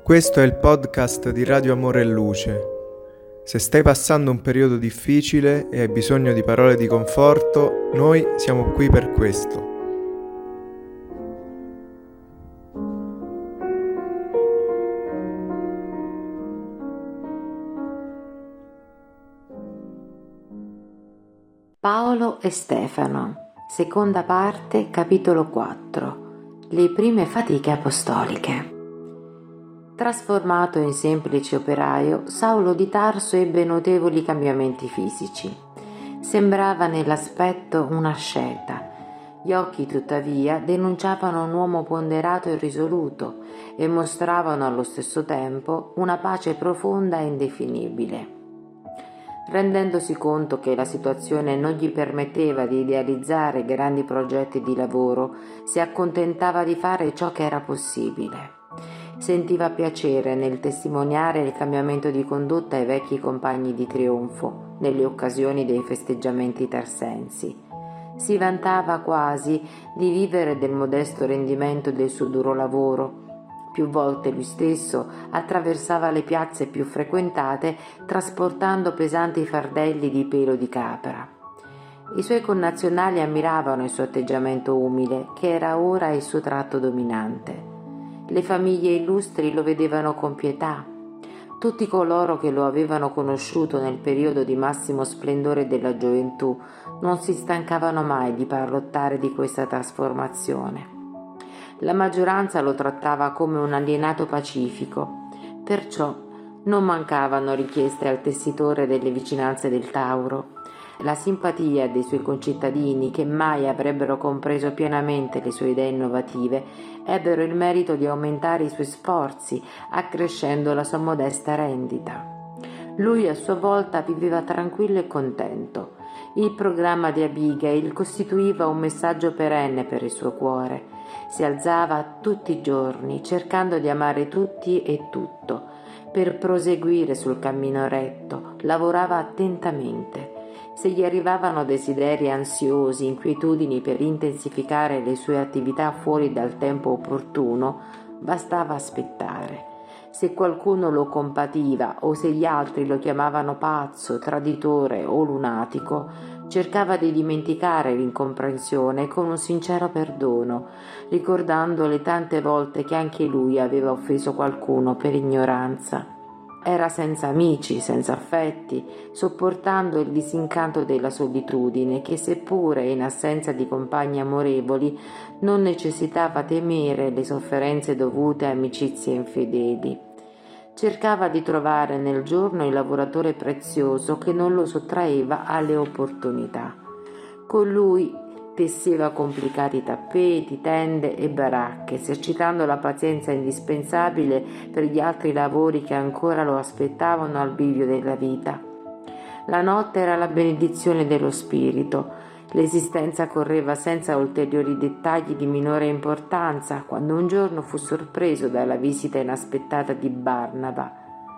Questo è il podcast di Radio Amore e Luce. Se stai passando un periodo difficile e hai bisogno di parole di conforto, noi siamo qui per questo. Paolo e Stefano, seconda parte, capitolo 4. Le prime fatiche apostoliche. Trasformato in semplice operaio, Saulo di Tarso ebbe notevoli cambiamenti fisici. Sembrava nell'aspetto una asceta. Gli occhi, tuttavia, denunciavano un uomo ponderato e risoluto e mostravano allo stesso tempo una pace profonda e indefinibile. Rendendosi conto che la situazione non gli permetteva di idealizzare grandi progetti di lavoro, si accontentava di fare ciò che era possibile. Sentiva piacere nel testimoniare il cambiamento di condotta ai vecchi compagni di trionfo nelle occasioni dei festeggiamenti tersensi. Si vantava quasi di vivere del modesto rendimento del suo duro lavoro. Più volte lui stesso attraversava le piazze più frequentate trasportando pesanti fardelli di pelo di capra. I suoi connazionali ammiravano il suo atteggiamento umile, che era ora il suo tratto dominante. Le famiglie illustri lo vedevano con pietà. Tutti coloro che lo avevano conosciuto nel periodo di massimo splendore della gioventù non si stancavano mai di parlottare di questa trasformazione. La maggioranza lo trattava come un alienato pacifico, perciò non mancavano richieste al tessitore delle vicinanze del Tauro. La simpatia dei suoi concittadini, che mai avrebbero compreso pienamente le sue idee innovative, ebbero il merito di aumentare i suoi sforzi, accrescendo la sua modesta rendita. Lui a sua volta viveva tranquillo e contento. Il programma di Abigail costituiva un messaggio perenne per il suo cuore. Si alzava tutti i giorni, cercando di amare tutti e tutto. Per proseguire sul cammino retto, lavorava attentamente. Se gli arrivavano desideri ansiosi, inquietudini per intensificare le sue attività fuori dal tempo opportuno, bastava aspettare. Se qualcuno lo compativa o se gli altri lo chiamavano pazzo, traditore o lunatico, cercava di dimenticare l'incomprensione con un sincero perdono, ricordando le tante volte che anche lui aveva offeso qualcuno per ignoranza. Era senza amici, senza affetti, sopportando il disincanto della solitudine che, seppure in assenza di compagni amorevoli, non necessitava temere le sofferenze dovute a amicizie infedeli. Cercava di trovare nel giorno il lavoratore prezioso che non lo sottraeva alle opportunità. Con lui tesseva complicati tappeti, tende e baracche, esercitando la pazienza indispensabile per gli altri lavori che ancora lo aspettavano al bivio della vita. La notte era la benedizione dello spirito. L'esistenza correva senza ulteriori dettagli di minore importanza quando un giorno fu sorpreso dalla visita inaspettata di Barnaba.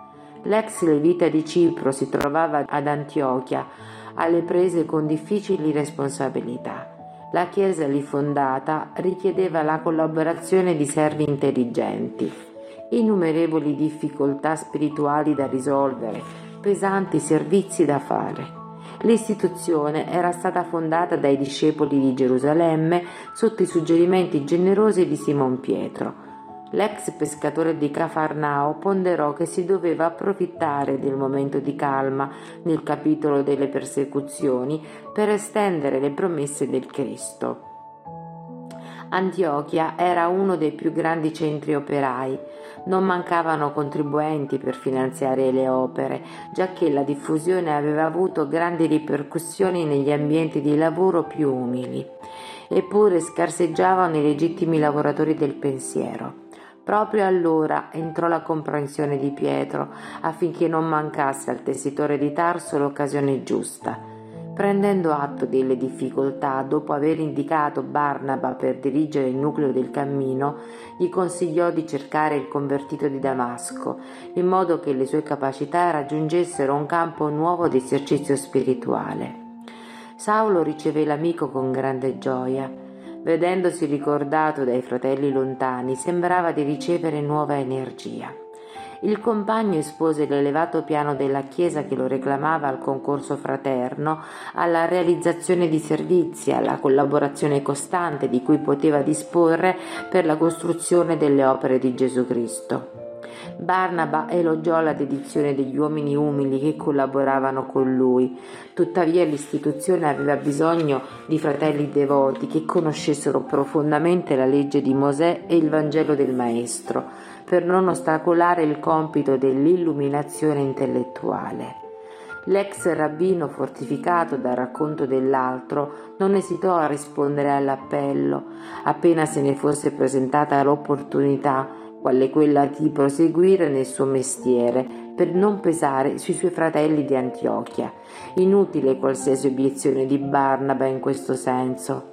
L'ex levita di Cipro si trovava ad Antiochia alle prese con difficili responsabilità. La chiesa lì fondata richiedeva la collaborazione di servi intelligenti, innumerevoli difficoltà spirituali da risolvere, pesanti servizi da fare. L'istituzione era stata fondata dai discepoli di Gerusalemme sotto i suggerimenti generosi di Simon Pietro. L'ex pescatore di Cafarnao ponderò che si doveva approfittare del momento di calma nel capitolo delle persecuzioni per estendere le promesse del Cristo. Antiochia era uno dei più grandi centri operai. Non mancavano contribuenti per finanziare le opere, giacché la diffusione aveva avuto grandi ripercussioni negli ambienti di lavoro più umili. Eppure scarseggiavano i legittimi lavoratori del pensiero. Proprio allora entrò la comprensione di Pietro, affinché non mancasse al tessitore di Tarso l'occasione giusta. Prendendo atto delle difficoltà, dopo aver indicato Barnaba per dirigere il nucleo del cammino, gli consigliò di cercare il convertito di Damasco, in modo che le sue capacità raggiungessero un campo nuovo di esercizio spirituale. Saulo riceve l'amico con grande gioia. Vedendosi ricordato dai fratelli lontani, sembrava di ricevere nuova energia. Il compagno espose l'elevato piano della Chiesa che lo reclamava al concorso fraterno, alla realizzazione di servizi, alla collaborazione costante di cui poteva disporre per la costruzione delle opere di Gesù Cristo. Barnaba elogiò la dedizione degli uomini umili che collaboravano con lui. Tuttavia l'istituzione aveva bisogno di fratelli devoti che conoscessero profondamente la legge di Mosè e il Vangelo del Maestro, per non ostacolare il compito dell'illuminazione intellettuale. L'ex rabbino, fortificato dal racconto dell'altro, non esitò a rispondere all'appello, appena se ne fosse presentata l'opportunità, quale quella di proseguire nel suo mestiere, per non pesare sui suoi fratelli di Antiochia. Inutile qualsiasi obiezione di Barnaba in questo senso.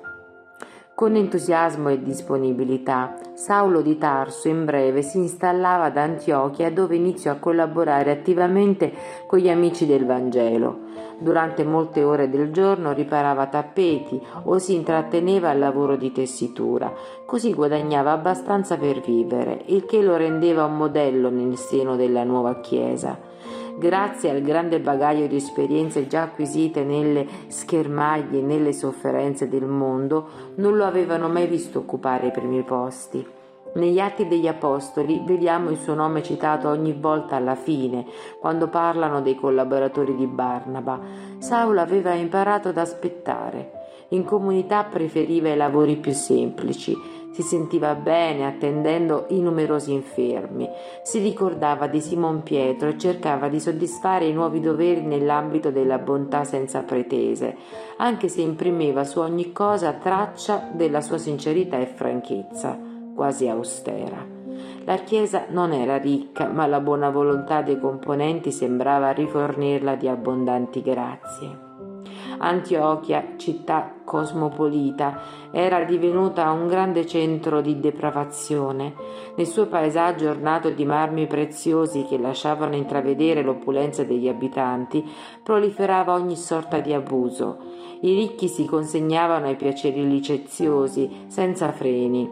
Con entusiasmo e disponibilità, Saulo di Tarso in breve si installava ad Antiochia, dove iniziò a collaborare attivamente con gli amici del Vangelo. Durante molte ore del giorno riparava tappeti o si intratteneva al lavoro di tessitura, così guadagnava abbastanza per vivere, il che lo rendeva un modello nel seno della nuova Chiesa. Grazie al grande bagaglio di esperienze già acquisite nelle schermaglie e nelle sofferenze del mondo, non lo avevano mai visto occupare i primi posti. Negli Atti degli Apostoli vediamo il suo nome citato ogni volta alla fine, quando parlano dei collaboratori di Barnaba. Saulo aveva imparato ad aspettare. In comunità preferiva i lavori più semplici. Si sentiva bene attendendo i numerosi infermi, si ricordava di Simon Pietro e cercava di soddisfare i nuovi doveri nell'ambito della bontà senza pretese, anche se imprimeva su ogni cosa traccia della sua sincerità e franchezza, quasi austera. La Chiesa non era ricca, ma la buona volontà dei componenti sembrava rifornirla di abbondanti grazie. Antiochia, città cosmopolita, era divenuta un grande centro di depravazione. Nel suo paesaggio ornato di marmi preziosi che lasciavano intravedere l'opulenza degli abitanti, proliferava ogni sorta di abuso. I ricchi si consegnavano ai piaceri licenziosi, senza freni.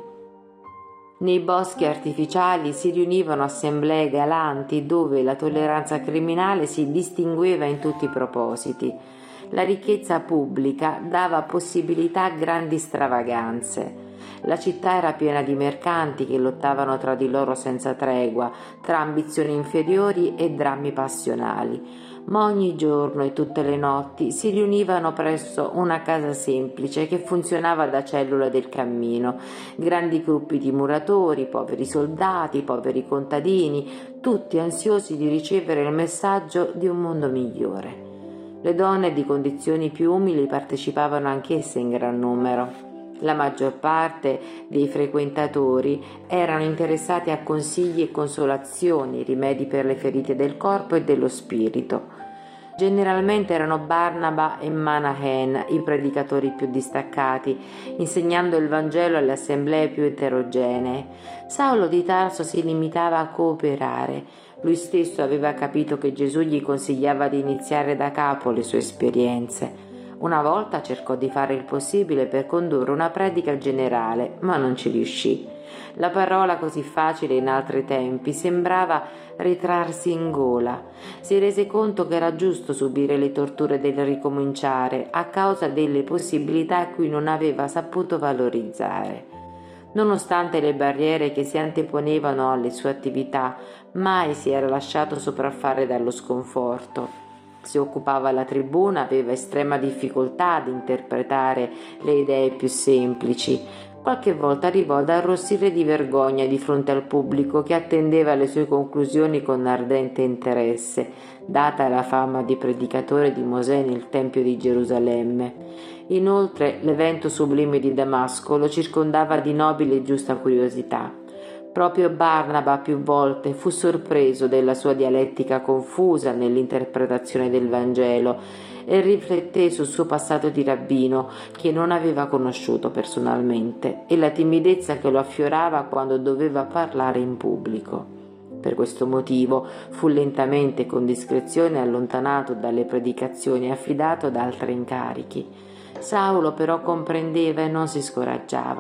Nei boschi artificiali si riunivano assemblee galanti dove la tolleranza criminale si distingueva in tutti i propositi. La ricchezza pubblica dava possibilità a grandi stravaganze. La città era piena di mercanti che lottavano tra di loro senza tregua, tra ambizioni inferiori e drammi passionali. Ma ogni giorno e tutte le notti si riunivano presso una casa semplice che funzionava da cellula del cammino. Grandi gruppi di muratori, poveri soldati, poveri contadini, tutti ansiosi di ricevere il messaggio di un mondo migliore. Le donne di condizioni più umili partecipavano anch'esse in gran numero. La maggior parte dei frequentatori erano interessati a consigli e consolazioni, rimedi per le ferite del corpo e dello spirito. Generalmente erano Barnaba e Manahen i predicatori più distaccati, insegnando il Vangelo alle assemblee più eterogenee. Saulo di Tarso si limitava a cooperare. Lui stesso aveva capito che Gesù gli consigliava di iniziare da capo le sue esperienze. Una volta cercò di fare il possibile per condurre una predica generale, ma non ci riuscì. La parola così facile in altri tempi sembrava ritrarsi in gola. Si rese conto che era giusto subire le torture del ricominciare a causa delle possibilità a cui non aveva saputo valorizzare. Nonostante le barriere che si anteponevano alle sue attività, mai si era lasciato sopraffare dallo sconforto. Si occupava la tribuna, aveva estrema difficoltà ad interpretare le idee più semplici. Qualche volta arrivò ad arrossire di vergogna di fronte al pubblico che attendeva le sue conclusioni con ardente interesse, data la fama di predicatore di Mosè nel Tempio di Gerusalemme. Inoltre, l'evento sublime di Damasco lo circondava di nobile e giusta curiosità. Proprio Barnaba più volte fu sorpreso della sua dialettica confusa nell'interpretazione del Vangelo e rifletté sul suo passato di rabbino che non aveva conosciuto personalmente e la timidezza che lo affiorava quando doveva parlare in pubblico. Per questo motivo fu lentamente e con discrezione allontanato dalle predicazioni e affidato ad altri incarichi. Saulo però comprendeva e non si scoraggiava.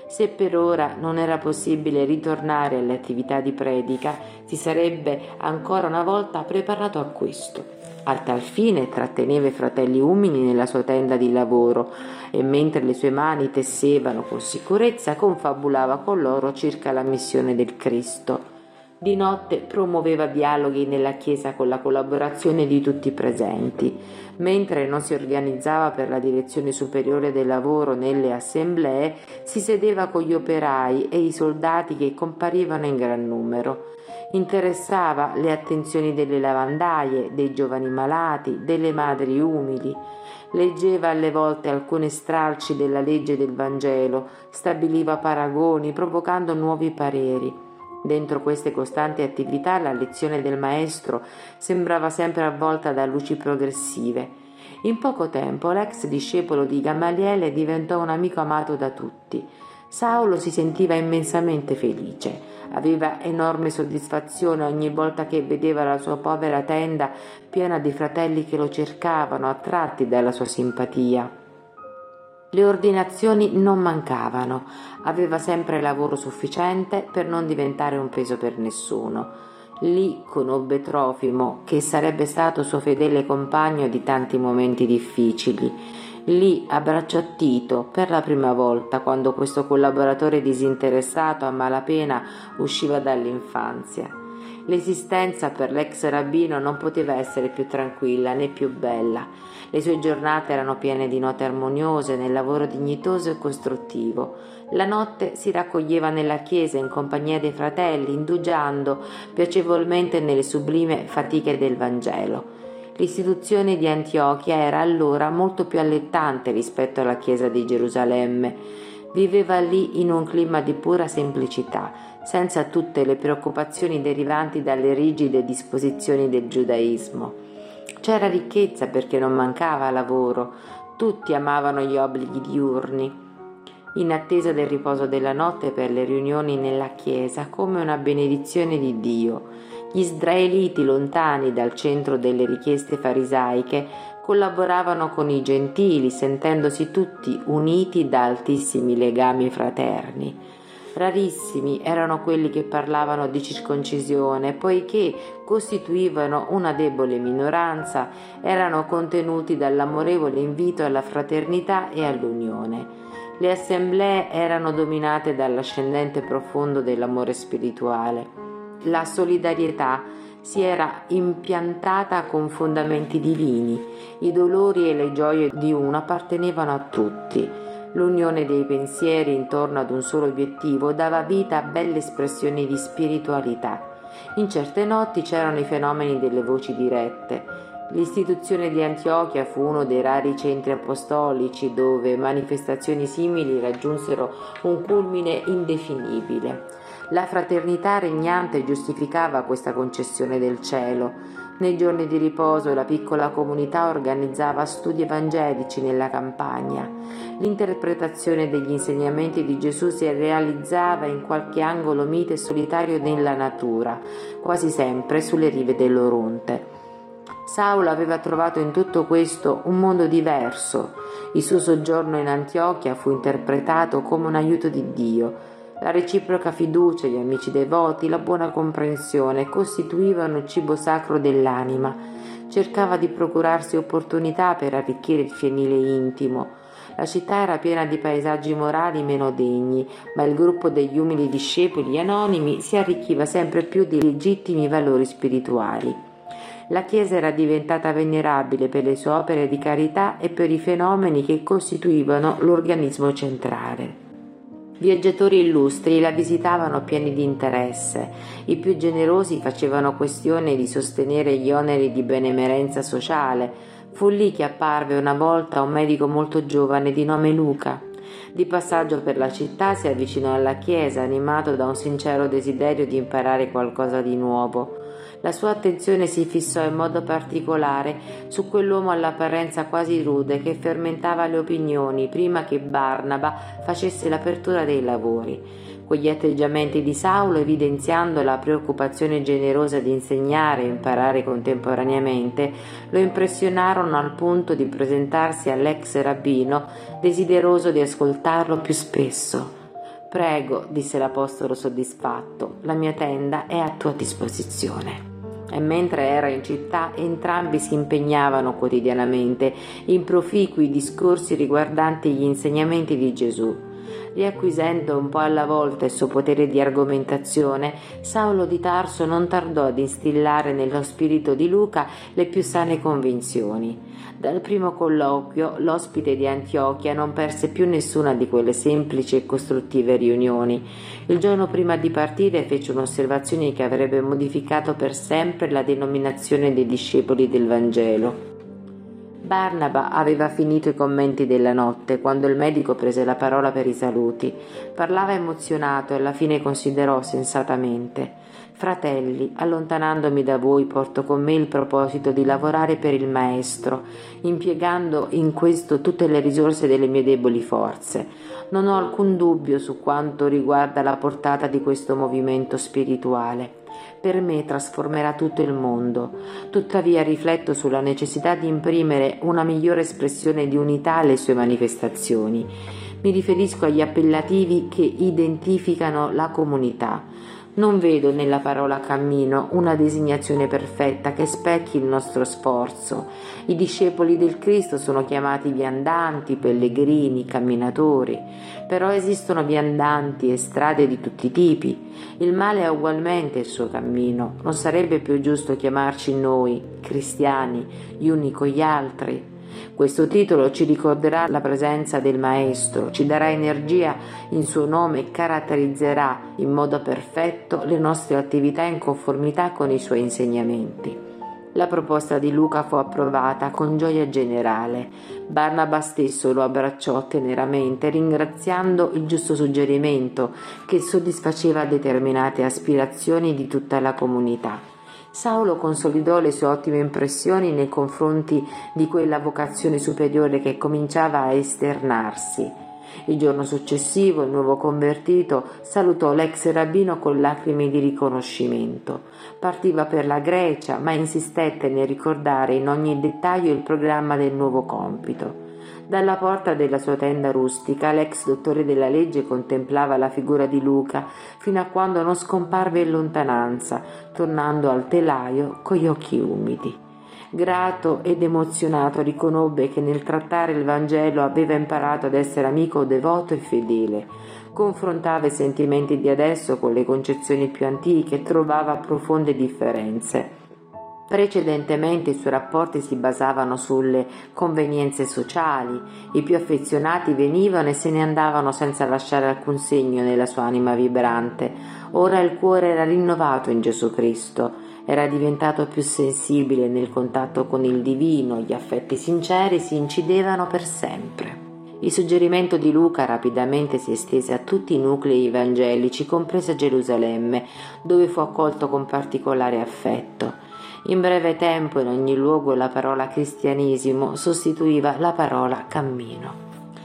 Se per ora non era possibile ritornare alle attività di predica, si sarebbe ancora una volta preparato a questo. A tal fine tratteneva i fratelli umili nella sua tenda di lavoro e mentre le sue mani tessevano con sicurezza confabulava con loro circa la missione del Cristo. Di notte promuoveva dialoghi nella chiesa con la collaborazione di tutti i presenti. Mentre non si organizzava per la direzione superiore del lavoro nelle assemblee, si sedeva con gli operai e i soldati che comparivano in gran numero. Interessava le attenzioni delle lavandaie, dei giovani malati, delle madri umili. Leggeva alle volte alcune stralci della legge del Vangelo, stabiliva paragoni, provocando nuovi pareri. Dentro queste costanti attività la lezione del maestro sembrava sempre avvolta da luci progressive. In poco tempo l'ex discepolo di Gamaliele diventò un amico amato da tutti. Saulo si sentiva immensamente felice. Aveva enorme soddisfazione ogni volta che vedeva la sua povera tenda piena di fratelli che lo cercavano, attratti dalla sua simpatia. Le ordinazioni non mancavano, aveva sempre lavoro sufficiente per non diventare un peso per nessuno. Lì conobbe Trofimo, che sarebbe stato suo fedele compagno di tanti momenti difficili. Lì abbracciò Tito per la prima volta, quando questo collaboratore disinteressato a malapena usciva dall'infanzia. L'esistenza per l'ex rabbino non poteva essere più tranquilla né più bella. Le sue giornate erano piene di note armoniose nel lavoro dignitoso e costruttivo. La notte si raccoglieva nella chiesa in compagnia dei fratelli, indugiando piacevolmente nelle sublime fatiche del Vangelo. L'istituzione di Antiochia era allora molto più allettante rispetto alla chiesa di Gerusalemme. Viveva lì in un clima di pura semplicità, senza tutte le preoccupazioni derivanti dalle rigide disposizioni del giudaismo. C'era ricchezza perché non mancava lavoro, tutti amavano gli obblighi diurni. In attesa del riposo della notte per le riunioni nella chiesa, come una benedizione di Dio. Gli israeliti, lontani dal centro delle richieste farisaiche, collaboravano con i gentili, sentendosi tutti uniti da altissimi legami fraterni. Rarissimi erano quelli che parlavano di circoncisione, poiché costituivano una debole minoranza, erano contenuti dall'amorevole invito alla fraternità e all'unione. Le assemblee erano dominate dall'ascendente profondo dell'amore spirituale. La solidarietà si era impiantata con fondamenti divini, i dolori e le gioie di uno appartenevano a tutti. L'unione dei pensieri intorno ad un solo obiettivo dava vita a belle espressioni di spiritualità. In certe notti c'erano i fenomeni delle voci dirette. L'istituzione di Antiochia fu uno dei rari centri apostolici dove manifestazioni simili raggiunsero un culmine indefinibile. La fraternità regnante giustificava questa concessione del cielo. Nei giorni di riposo la piccola comunità organizzava studi evangelici nella campagna. L'interpretazione degli insegnamenti di Gesù si realizzava in qualche angolo mite e solitario nella natura, quasi sempre sulle rive dell'Oronte. Saulo aveva trovato in tutto questo un mondo diverso. Il suo soggiorno in Antiochia fu interpretato come un aiuto di Dio. La reciproca fiducia, gli amici devoti, la buona comprensione costituivano il cibo sacro dell'anima. Cercava di procurarsi opportunità per arricchire il fienile intimo. La città era piena di paesaggi morali meno degni, ma il gruppo degli umili discepoli anonimi si arricchiva sempre più di legittimi valori spirituali. La Chiesa era diventata venerabile per le sue opere di carità e per i fenomeni che costituivano l'organismo centrale. Viaggiatori illustri la visitavano pieni di interesse. I più generosi facevano questione di sostenere gli oneri di benemerenza sociale. Fu lì che apparve una volta un medico molto giovane di nome Luca. Di passaggio per la città si avvicinò alla chiesa, animato da un sincero desiderio di imparare qualcosa di nuovo. La sua attenzione si fissò in modo particolare su quell'uomo all'apparenza quasi rude che fermentava le opinioni prima che Barnaba facesse l'apertura dei lavori. Quegli atteggiamenti di Saulo, evidenziando la preoccupazione generosa di insegnare e imparare contemporaneamente, lo impressionarono al punto di presentarsi all'ex rabbino, desideroso di ascoltarlo più spesso. «Prego», disse l'apostolo soddisfatto, «la mia tenda è a tua disposizione». E mentre era in città, entrambi si impegnavano quotidianamente in proficui discorsi riguardanti gli insegnamenti di Gesù. Riacquisendo un po' alla volta il suo potere di argomentazione, Saulo di Tarso non tardò ad instillare nello spirito di Luca le più sane convinzioni. Dal primo colloquio, l'ospite di Antiochia non perse più nessuna di quelle semplici e costruttive riunioni. Il giorno prima di partire fece un'osservazione che avrebbe modificato per sempre la denominazione dei discepoli del Vangelo. Barnaba aveva finito i commenti della notte quando il medico prese la parola per i saluti. Parlava emozionato e alla fine considerò sensatamente: «Fratelli, allontanandomi da voi porto con me il proposito di lavorare per il Maestro, impiegando in questo tutte le risorse delle mie deboli forze. Non ho alcun dubbio su quanto riguarda la portata di questo movimento spirituale. Per me trasformerà tutto il mondo. Tuttavia rifletto sulla necessità di imprimere una migliore espressione di unità alle sue manifestazioni. Mi riferisco agli appellativi che identificano la comunità. Non vedo nella parola cammino una designazione perfetta che specchi il nostro sforzo. I discepoli del Cristo sono chiamati viandanti, pellegrini, camminatori. Però esistono viandanti e strade di tutti i tipi. Il male ha ugualmente il suo cammino. Non sarebbe più giusto chiamarci noi, cristiani, gli uni con gli altri? Questo titolo ci ricorderà la presenza del Maestro, ci darà energia in suo nome e caratterizzerà in modo perfetto le nostre attività in conformità con i suoi insegnamenti. La proposta di Luca fu approvata con gioia generale. Barnaba stesso lo abbracciò teneramente, ringraziando il giusto suggerimento che soddisfaceva determinate aspirazioni di tutta la comunità. Saulo consolidò le sue ottime impressioni nei confronti di quella vocazione superiore che cominciava a esternarsi. Il giorno successivo il nuovo convertito salutò l'ex rabbino con lacrime di riconoscimento. Partiva per la Grecia, ma insistette nel ricordare in ogni dettaglio il programma del nuovo compito. Dalla porta della sua tenda rustica l'ex dottore della legge contemplava la figura di Luca fino a quando non scomparve in lontananza, tornando al telaio con gli occhi umidi. Grato ed emozionato riconobbe che nel trattare il Vangelo aveva imparato ad essere amico devoto e fedele. Confrontava i sentimenti di adesso con le concezioni più antiche e trovava profonde differenze. Precedentemente i suoi rapporti si basavano sulle convenienze sociali, i più affezionati venivano e se ne andavano senza lasciare alcun segno nella sua anima vibrante. Ora il cuore era rinnovato in Gesù Cristo, era diventato più sensibile nel contatto con il divino, gli affetti sinceri si incidevano per sempre. Il suggerimento di Luca rapidamente si estese a tutti i nuclei evangelici, compresa Gerusalemme, dove fu accolto con particolare affetto. In breve tempo in ogni luogo la parola cristianesimo sostituiva la parola cammino.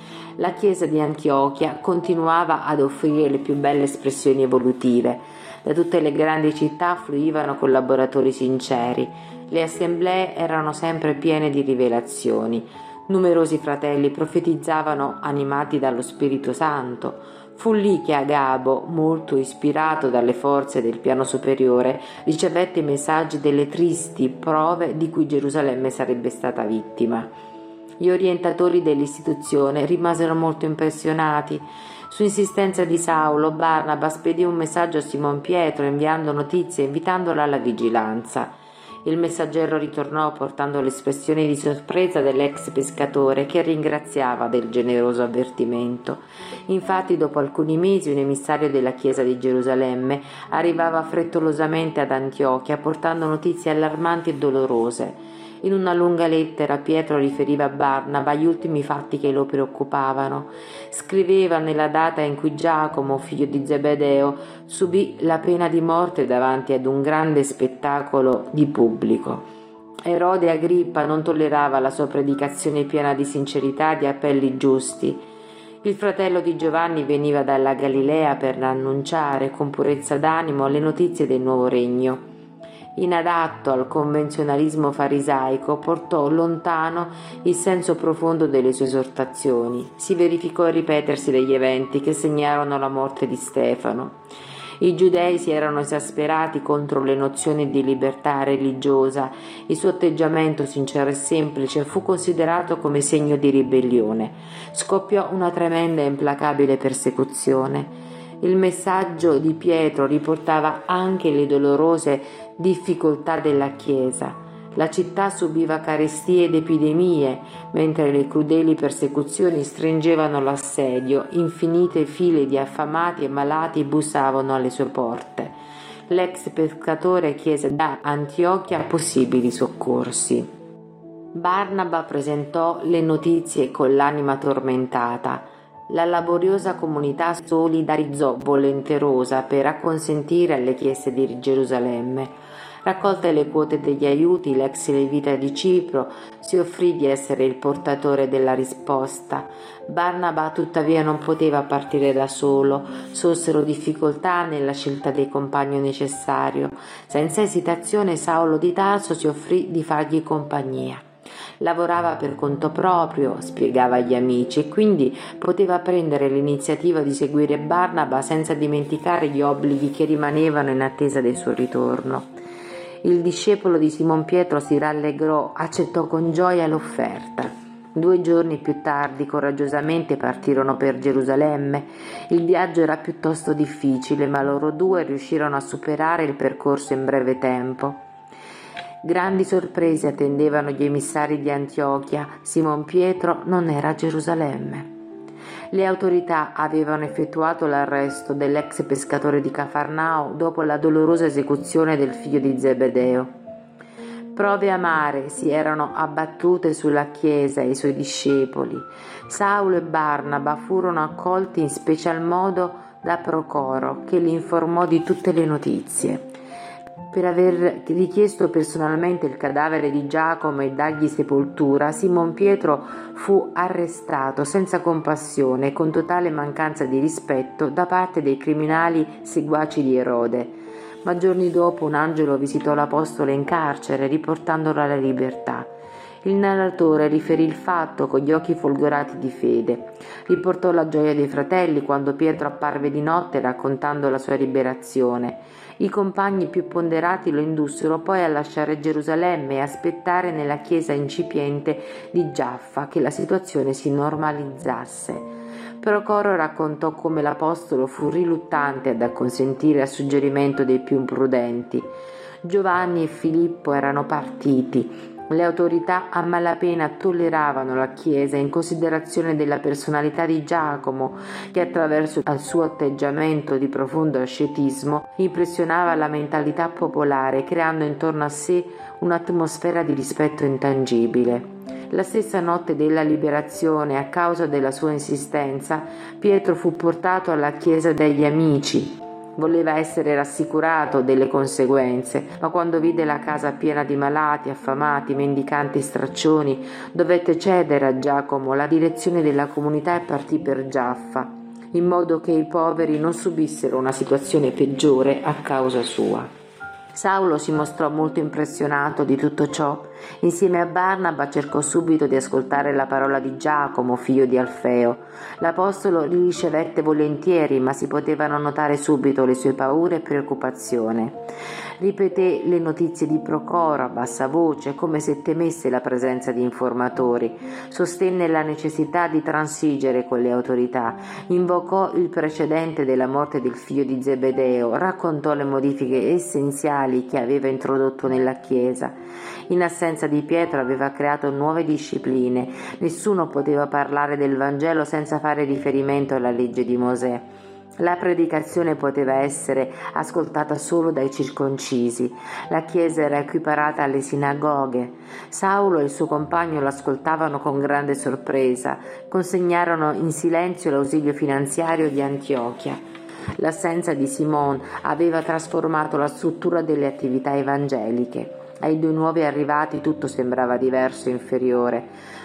La chiesa di Antiochia continuava ad offrire le più belle espressioni evolutive. Da tutte le grandi città fluivano collaboratori sinceri. Le assemblee erano sempre piene di rivelazioni. Numerosi fratelli profetizzavano animati dallo Spirito Santo. Fu lì che Agabo, molto ispirato dalle forze del piano superiore, ricevette i messaggi delle tristi prove di cui Gerusalemme sarebbe stata vittima. Gli orientatori dell'istituzione rimasero molto impressionati. Su insistenza di Saulo, Barnaba spedì un messaggio a Simon Pietro inviando notizie e invitandolo alla vigilanza. Il messaggero ritornò portando l'espressione di sorpresa dell'ex pescatore che ringraziava del generoso avvertimento. Infatti, dopo alcuni mesi, un emissario della chiesa di Gerusalemme arrivava frettolosamente ad Antiochia portando notizie allarmanti e dolorose. In una lunga lettera Pietro riferiva a Barnaba gli ultimi fatti che lo preoccupavano. Scriveva nella data in cui Giacomo, figlio di Zebedeo, subì la pena di morte davanti ad un grande spettacolo di pubblico. Erode Agrippa non tollerava la sua predicazione piena di sincerità e di appelli giusti. Il fratello di Giovanni veniva dalla Galilea per annunciare con purezza d'animo le notizie del nuovo regno. inadatto al convenzionalismo farisaico, portò lontano il senso profondo delle sue esortazioni. Si verificò il ripetersi degli eventi che segnarono la morte di Stefano. I giudei si erano esasperati contro le nozioni di libertà religiosa. Il suo atteggiamento sincero e semplice fu considerato come segno di ribellione. Scoppiò una tremenda e implacabile persecuzione. Il messaggio di Pietro riportava anche le dolorose difficoltà della Chiesa. La città subiva carestie ed epidemie, mentre le crudeli persecuzioni stringevano l'assedio. Infinite file di affamati e malati bussavano alle sue porte. L'ex pescatore chiese da Antiochia possibili soccorsi. Barnaba presentò le notizie con l'anima tormentata. La laboriosa comunità solidarizzò volenterosa per acconsentire alle richieste di Gerusalemme. Raccolte le quote degli aiuti, l'ex levita di Cipro si offrì di essere il portatore della risposta. Barnaba tuttavia non poteva partire da solo, sorsero difficoltà nella scelta del compagno necessario. Senza esitazione Saulo di Tarso si offrì di fargli compagnia. Lavorava per conto proprio, spiegava agli amici, e quindi poteva prendere l'iniziativa di seguire Barnaba senza dimenticare gli obblighi che rimanevano in attesa del suo ritorno. Il discepolo di Simon Pietro si rallegrò, accettò con gioia l'offerta. 2 giorni più tardi coraggiosamente partirono per Gerusalemme. Il viaggio era piuttosto difficile, ma loro due riuscirono a superare il percorso in breve tempo. Grandi sorprese attendevano gli emissari di Antiochia. Simon Pietro non era a Gerusalemme. Le autorità avevano effettuato l'arresto dell'ex pescatore di Cafarnao dopo la dolorosa esecuzione del figlio di Zebedeo. Prove amare si erano abbattute sulla Chiesa e i suoi discepoli. Saulo e Barnaba furono accolti in special modo da Procoro, che li informò di tutte le notizie. Per aver richiesto personalmente il cadavere di Giacomo e dargli sepoltura, Simon Pietro fu arrestato senza compassione e con totale mancanza di rispetto da parte dei criminali seguaci di Erode. Ma giorni dopo un angelo visitò l'apostolo in carcere, riportandolo alla libertà. Il narratore riferì il fatto con gli occhi folgorati di fede. Riportò la gioia dei fratelli quando Pietro apparve di notte raccontando la sua liberazione. I compagni più ponderati lo indussero poi a lasciare Gerusalemme e aspettare nella chiesa incipiente di Giaffa che la situazione si normalizzasse. Procoro raccontò come l'apostolo fu riluttante ad acconsentire al suggerimento dei più imprudenti. Giovanni e Filippo erano partiti. Le autorità a malapena tolleravano la Chiesa in considerazione della personalità di Giacomo, che attraverso il suo atteggiamento di profondo ascetismo impressionava la mentalità popolare, creando intorno a sé un'atmosfera di rispetto intangibile. La stessa notte della liberazione, a causa della sua insistenza, Pietro fu portato alla chiesa degli amici. Voleva essere rassicurato delle conseguenze, ma quando vide la casa piena di malati, affamati, mendicanti e straccioni, dovette cedere a Giacomo la direzione della comunità e partì per Giaffa, in modo che i poveri non subissero una situazione peggiore a causa sua. Saulo si mostrò molto impressionato di tutto ciò. Insieme a Barnaba cercò subito di ascoltare la parola di Giacomo, figlio di Alfeo. L'apostolo li ricevette volentieri, ma si potevano notare subito le sue paure e preoccupazione. Ripeté le notizie di Procoro a bassa voce, come se temesse la presenza di informatori. Sostenne la necessità di transigere con le autorità. Invocò il precedente della morte del figlio di Zebedeo. Raccontò le modifiche essenziali che aveva introdotto nella Chiesa. In assenza di Pietro aveva creato nuove discipline. Nessuno poteva parlare del Vangelo senza fare riferimento alla legge di Mosè. La predicazione poteva essere ascoltata solo dai circoncisi. La Chiesa era equiparata alle sinagoghe. Saulo e il suo compagno l'ascoltavano con grande sorpresa. Consegnarono in silenzio l'ausilio finanziario di Antiochia. L'assenza di Simon aveva trasformato la struttura delle attività evangeliche. Ai 2 nuovi arrivati tutto sembrava diverso e inferiore.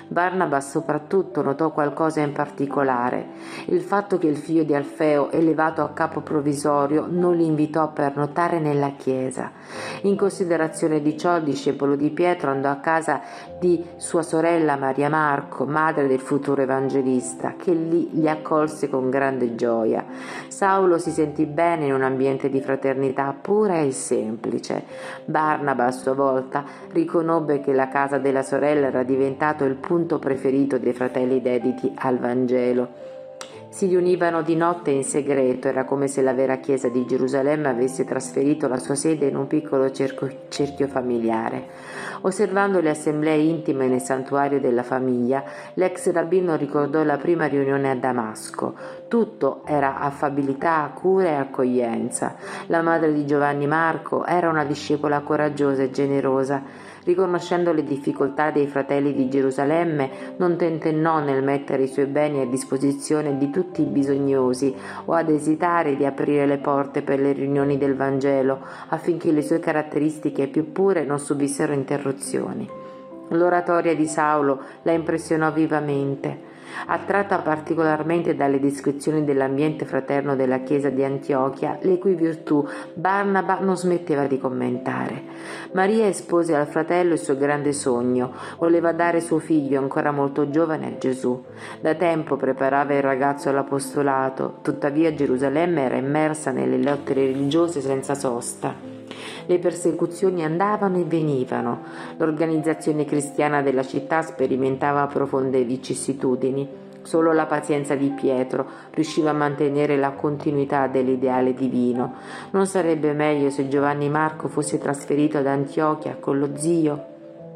Barnaba soprattutto notò qualcosa in particolare: il fatto che il figlio di Alfeo, elevato a capo provvisorio, non li invitò a pernotare nella chiesa. In considerazione di ciò, il discepolo di Pietro andò a casa di sua sorella Maria Marco, madre del futuro evangelista, che lì li accolse con grande gioia. Saulo si sentì bene in un ambiente di fraternità pura e semplice. Barnaba, a sua volta, riconobbe che la casa della sorella era diventato il punto preferito dei fratelli dediti al Vangelo. Si riunivano di notte in segreto, era come se la vera chiesa di Gerusalemme avesse trasferito la sua sede in un piccolo cerchio familiare. Osservando le assemblee intime nel santuario della famiglia, l'ex rabbino ricordò la prima riunione a Damasco. Tutto era affabilità, cura e accoglienza. La madre di Giovanni Marco era una discepola coraggiosa e generosa. Riconoscendo le difficoltà dei fratelli di Gerusalemme, non tentennò nel mettere i suoi beni a disposizione di tutti i bisognosi o ad esitare di aprire le porte per le riunioni del Vangelo affinché le sue caratteristiche più pure non subissero interruzioni. L'oratoria di Saulo la impressionò vivamente. Attratta particolarmente dalle descrizioni dell'ambiente fraterno della chiesa di Antiochia, le cui virtù Barnaba non smetteva di commentare. Maria espose al fratello il suo grande sogno: voleva dare suo figlio ancora molto giovane a Gesù. Da tempo preparava il ragazzo all'apostolato, tuttavia Gerusalemme era immersa nelle lotte religiose senza sosta. Le persecuzioni andavano e venivano. L'organizzazione cristiana della città sperimentava profonde vicissitudini. Solo la pazienza di Pietro riusciva a mantenere la continuità dell'ideale divino. Non sarebbe meglio se Giovanni Marco fosse trasferito ad Antiochia con lo zio?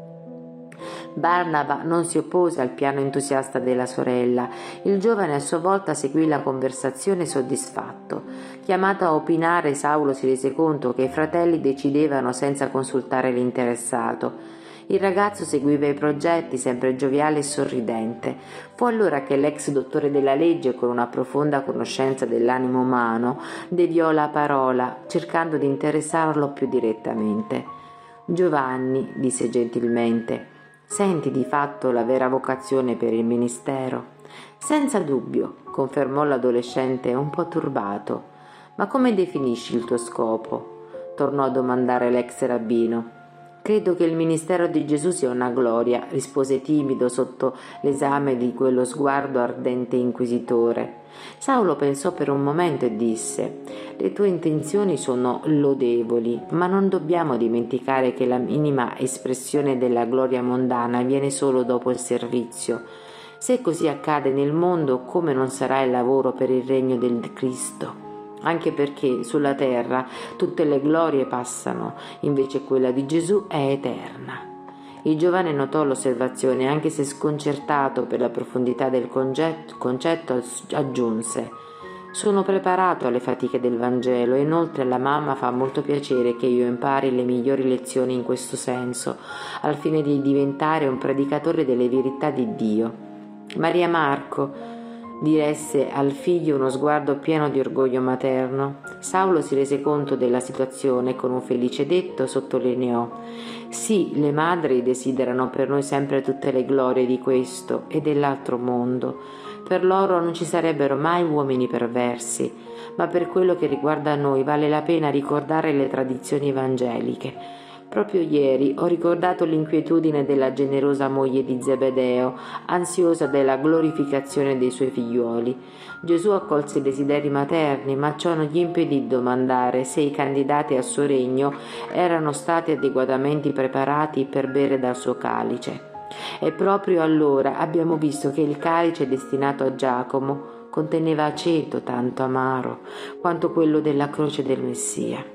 Barnaba non si oppose al piano entusiasta della sorella. Il giovane a sua volta seguì la conversazione soddisfatto. Chiamato a opinare, Saulo si rese conto che i fratelli decidevano senza consultare l'interessato. Il ragazzo seguiva i progetti, sempre gioviale e sorridente. Fu allora che l'ex dottore della legge, con una profonda conoscenza dell'animo umano, deviò la parola, cercando di interessarlo più direttamente. «Giovanni», disse gentilmente, «senti di fatto la vera vocazione per il ministero?» «Senza dubbio», confermò l'adolescente un po' turbato. «Ma come definisci il tuo scopo?» tornò a domandare l'ex rabbino. «Credo che il ministero di Gesù sia una gloria», rispose timido sotto l'esame di quello sguardo ardente e inquisitore. Saulo pensò per un momento e disse: «Le tue intenzioni sono lodevoli, ma non dobbiamo dimenticare che la minima espressione della gloria mondana viene solo dopo il servizio. Se così accade nel mondo, come non sarà il lavoro per il regno del Cristo? Anche perché sulla terra tutte le glorie passano, invece quella di Gesù è eterna». Il giovane notò l'osservazione, anche se sconcertato per la profondità del concetto, aggiunse: «Sono preparato alle fatiche del Vangelo e inoltre alla mamma fa molto piacere che io impari le migliori lezioni in questo senso, al fine di diventare un predicatore delle verità di Dio». Maria Marco diresse al figlio uno sguardo pieno di orgoglio materno. Saulo si rese conto della situazione e con un felice detto sottolineò: «Sì, le madri desiderano per noi sempre tutte le glorie di questo e dell'altro mondo. Per loro non ci sarebbero mai uomini perversi, ma per quello che riguarda noi vale la pena ricordare le tradizioni evangeliche. Proprio ieri ho ricordato l'inquietudine della generosa moglie di Zebedeo, ansiosa della glorificazione dei suoi figliuoli. Gesù accolse i desideri materni, ma ciò non gli impedì di domandare se i candidati al suo regno erano stati adeguatamente preparati per bere dal suo calice. E proprio allora abbiamo visto che il calice destinato a Giacomo conteneva aceto tanto amaro quanto quello della croce del Messia».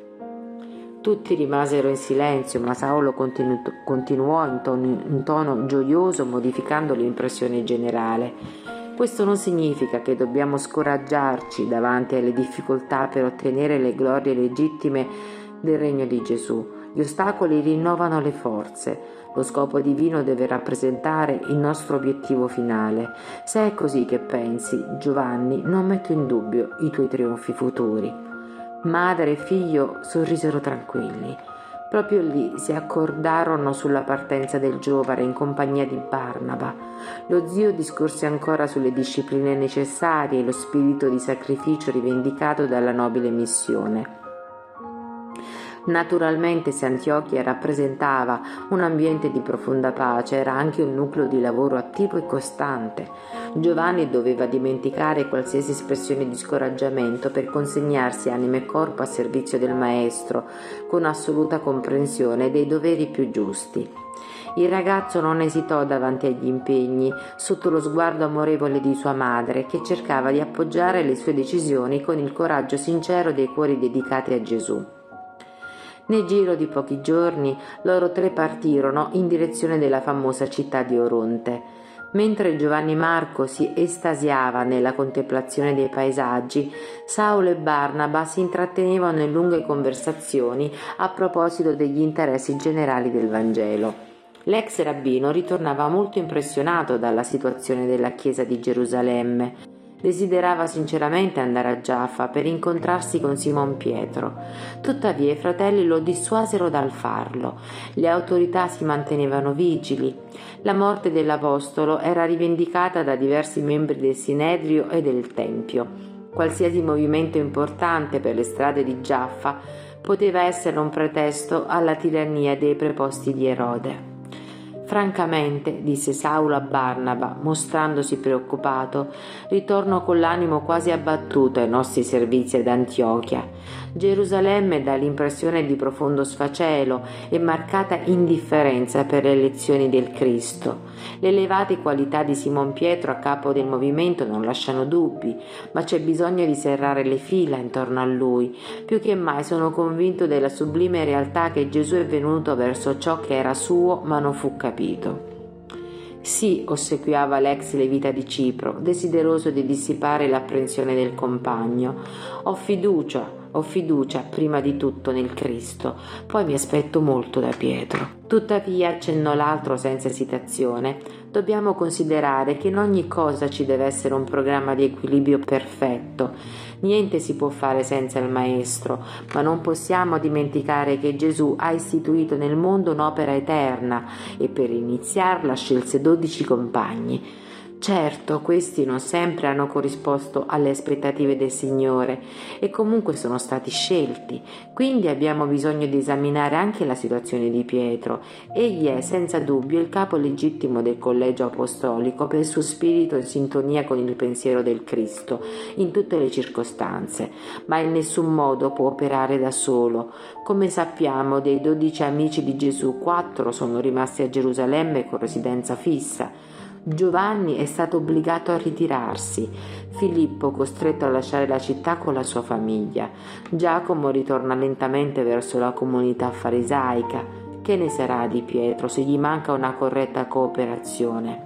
Tutti rimasero in silenzio, ma Saulo continuò in tono gioioso, modificando l'impressione generale. «Questo non significa che dobbiamo scoraggiarci davanti alle difficoltà per ottenere le glorie legittime del regno di Gesù. Gli ostacoli rinnovano le forze. Lo scopo divino deve rappresentare il nostro obiettivo finale. Se è così che pensi, Giovanni, non metto in dubbio i tuoi trionfi futuri». Madre e figlio sorrisero tranquilli. Proprio lì si accordarono sulla partenza del giovane in compagnia di Barnaba. Lo zio discorse ancora sulle discipline necessarie e lo spirito di sacrificio rivendicato dalla nobile missione. Naturalmente, se Antiochia rappresentava un ambiente di profonda pace, era anche un nucleo di lavoro attivo e costante. Giovanni doveva dimenticare qualsiasi espressione di scoraggiamento per consegnarsi anima e corpo a servizio del Maestro, con assoluta comprensione dei doveri più giusti. Il ragazzo non esitò davanti agli impegni, sotto lo sguardo amorevole di sua madre, che cercava di appoggiare le sue decisioni con il coraggio sincero dei cuori dedicati a Gesù. Nel giro di pochi giorni loro tre partirono in direzione della famosa città di Oronte. Mentre Giovanni Marco si estasiava nella contemplazione dei paesaggi, Saulo e Barnaba si intrattenevano in lunghe conversazioni a proposito degli interessi generali del Vangelo. L'ex rabbino ritornava molto impressionato dalla situazione della chiesa di Gerusalemme. Desiderava sinceramente andare a Giaffa per incontrarsi con Simon Pietro. Tuttavia i fratelli lo dissuasero dal farlo. Le autorità si mantenevano vigili. La morte dell'apostolo era rivendicata da diversi membri del Sinedrio e del Tempio. Qualsiasi movimento importante per le strade di Giaffa poteva essere un pretesto alla tirannia dei preposti di Erode. Francamente, disse Saulo a Barnaba, mostrandosi preoccupato, ritorno con l'animo quasi abbattuto ai nostri servizi ad Antiochia. Gerusalemme dà l'impressione di profondo sfacelo e marcata indifferenza per le lezioni del Cristo. Le elevate qualità di Simon Pietro a capo del movimento non lasciano dubbi, ma c'è bisogno di serrare le fila intorno a lui. Più che mai sono convinto della sublime realtà che Gesù è venuto verso ciò che era suo ma non fu capito. Sì, ossequiava l'ex levita di Cipro, desideroso di dissipare l'apprensione del compagno. Ho fiducia prima di tutto nel Cristo, poi mi aspetto molto da Pietro. Tuttavia, accennò l'altro senza esitazione, dobbiamo considerare che in ogni cosa ci deve essere un programma di equilibrio perfetto. Niente si può fare senza il Maestro, ma non possiamo dimenticare che Gesù ha istituito nel mondo un'opera eterna e per iniziarla scelse 12 compagni. Certo, questi non sempre hanno corrisposto alle aspettative del Signore e comunque sono stati scelti, quindi abbiamo bisogno di esaminare anche la situazione di Pietro. Egli è senza dubbio il capo legittimo del collegio apostolico per il suo spirito in sintonia con il pensiero del Cristo in tutte le circostanze, ma in nessun modo può operare da solo. Come sappiamo, dei 12 amici di Gesù, 4 sono rimasti a Gerusalemme con residenza fissa. Giovanni è stato obbligato a ritirarsi, Filippo costretto a lasciare la città con la sua famiglia, Giacomo ritorna lentamente verso la comunità farisaica. Che ne sarà di Pietro se gli manca una corretta cooperazione?